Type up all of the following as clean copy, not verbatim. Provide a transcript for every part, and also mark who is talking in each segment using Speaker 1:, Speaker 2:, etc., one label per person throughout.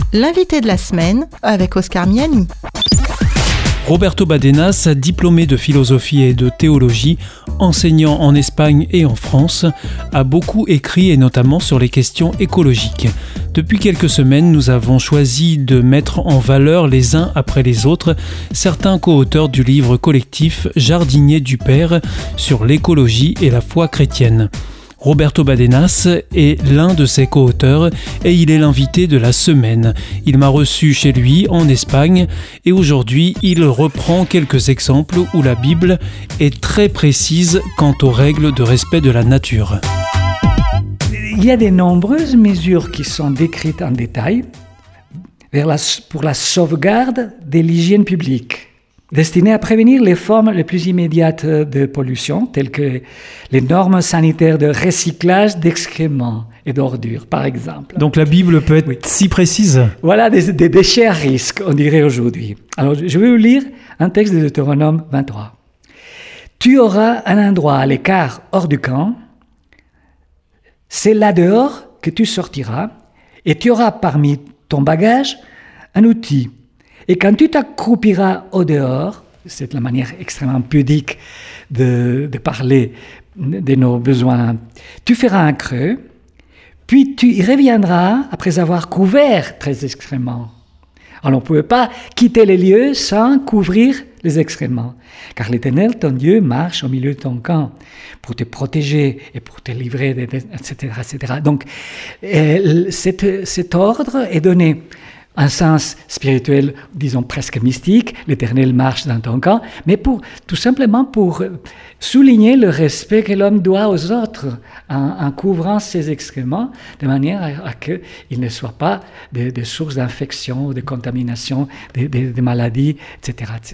Speaker 1: L'invité de la semaine avec Oscar Miani.
Speaker 2: Roberto Badenas, diplômé de philosophie et de théologie, enseignant en Espagne et en France, a beaucoup écrit et notamment sur les questions écologiques. Depuis quelques semaines, nous avons choisi de mettre en valeur les uns après les autres certains co-auteurs du livre collectif Jardiniers du Père sur l'écologie et la foi chrétienne. Roberto Badenas est l'un de ses co-auteurs et il est l'invité de la semaine. Il m'a reçu chez lui en Espagne et aujourd'hui il reprend quelques exemples où la Bible est très précise quant aux règles de respect de la nature.
Speaker 3: Il y a de nombreuses mesures qui sont décrites en détail pour la sauvegarde de l'hygiène publique, destinées à prévenir les formes les plus immédiates de pollution, telles que les normes sanitaires de recyclage d'excréments et d'ordures, par exemple.
Speaker 2: Donc la Bible peut être si précise.
Speaker 3: Voilà des déchets à risque, on dirait aujourd'hui. Alors, je vais vous lire un texte de Deutéronome 23. « Tu auras un endroit à l'écart hors du camp, c'est là dehors que tu sortiras, et tu auras parmi ton bagage un outil. Et quand tu t'accroupiras au dehors, c'est la manière extrêmement pudique de parler de nos besoins, tu feras un creux, puis tu y reviendras après avoir couvert tes excréments. » Alors on ne pouvait pas quitter les lieux sans couvrir les excréments, car l'Éternel, ton Dieu, marche au milieu de ton camp pour te protéger et pour te livrer, etc. etc. Donc cet ordre est donné un sens spirituel, disons presque mystique, l'Éternel marche dans ton camp, mais tout simplement pour souligner le respect que l'homme doit aux autres en couvrant ses excréments, de manière à qu'il ne soit pas des sources d'infection, de contamination, de maladies, etc., etc.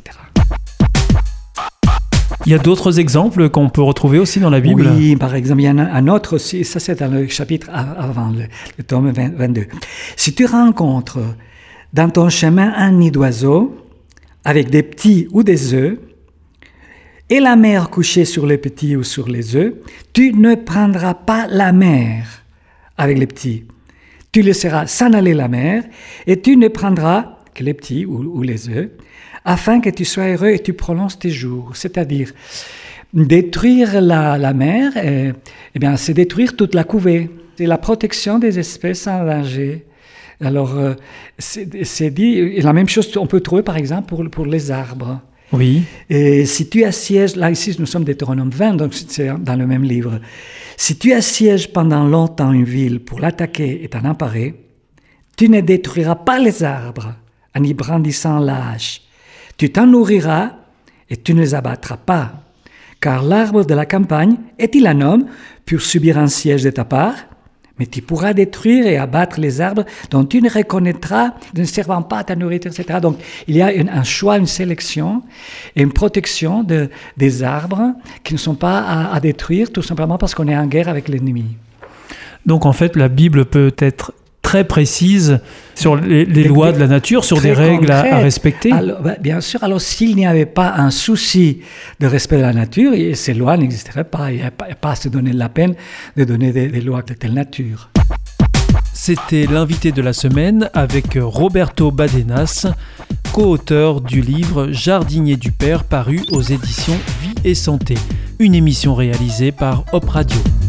Speaker 2: Il y a d'autres exemples qu'on peut retrouver aussi dans la Bible.
Speaker 3: Oui, par exemple, il y en a un autre aussi, ça c'est dans le chapitre avant, le tome 22. Si tu rencontres dans ton chemin un nid d'oiseaux avec des petits ou des œufs, et la mère couchée sur les petits ou sur les œufs, tu ne prendras pas la mère avec les petits. Tu laisseras s'en aller la mère, et tu ne prendras que les petits ou les œufs, afin que tu sois heureux et tu prolonges tes jours. C'est-à-dire, détruire la mer, eh bien, c'est détruire toute la couvée. C'est la protection des espèces en danger. Alors, c'est dit, et la même chose on peut trouver par exemple pour les arbres.
Speaker 2: Oui.
Speaker 3: Et si tu assièges, là ici nous sommes Deutéronome 20, donc c'est dans le même livre. Si tu assièges pendant longtemps une ville pour l'attaquer et t'en emparer, tu ne détruiras pas les arbres en y brandissant la hache. Tu t'en nourriras et tu ne les abattras pas. Car l'arbre de la campagne est-il un homme pour subir un siège de ta part? Mais tu pourras détruire et abattre les arbres dont tu ne reconnaîtras ne servant pas à ta nourriture, etc. Donc, il y a un choix, une sélection et une protection des arbres qui ne sont pas à détruire, tout simplement parce qu'on est en guerre avec l'ennemi.
Speaker 2: Donc, en fait, la Bible peut être très précise sur les lois de la nature, sur des règles à respecter.
Speaker 3: Alors, bien sûr, alors s'il n'y avait pas un souci de respect de la nature, ces lois n'existeraient pas. Il n'y a pas à se donner la peine de donner des lois de telle nature.
Speaker 2: C'était l'invité de la semaine avec Roberto Badenas, co-auteur du livre Jardiniers du Père paru aux éditions Vie et Santé, une émission réalisée par Hop Radio.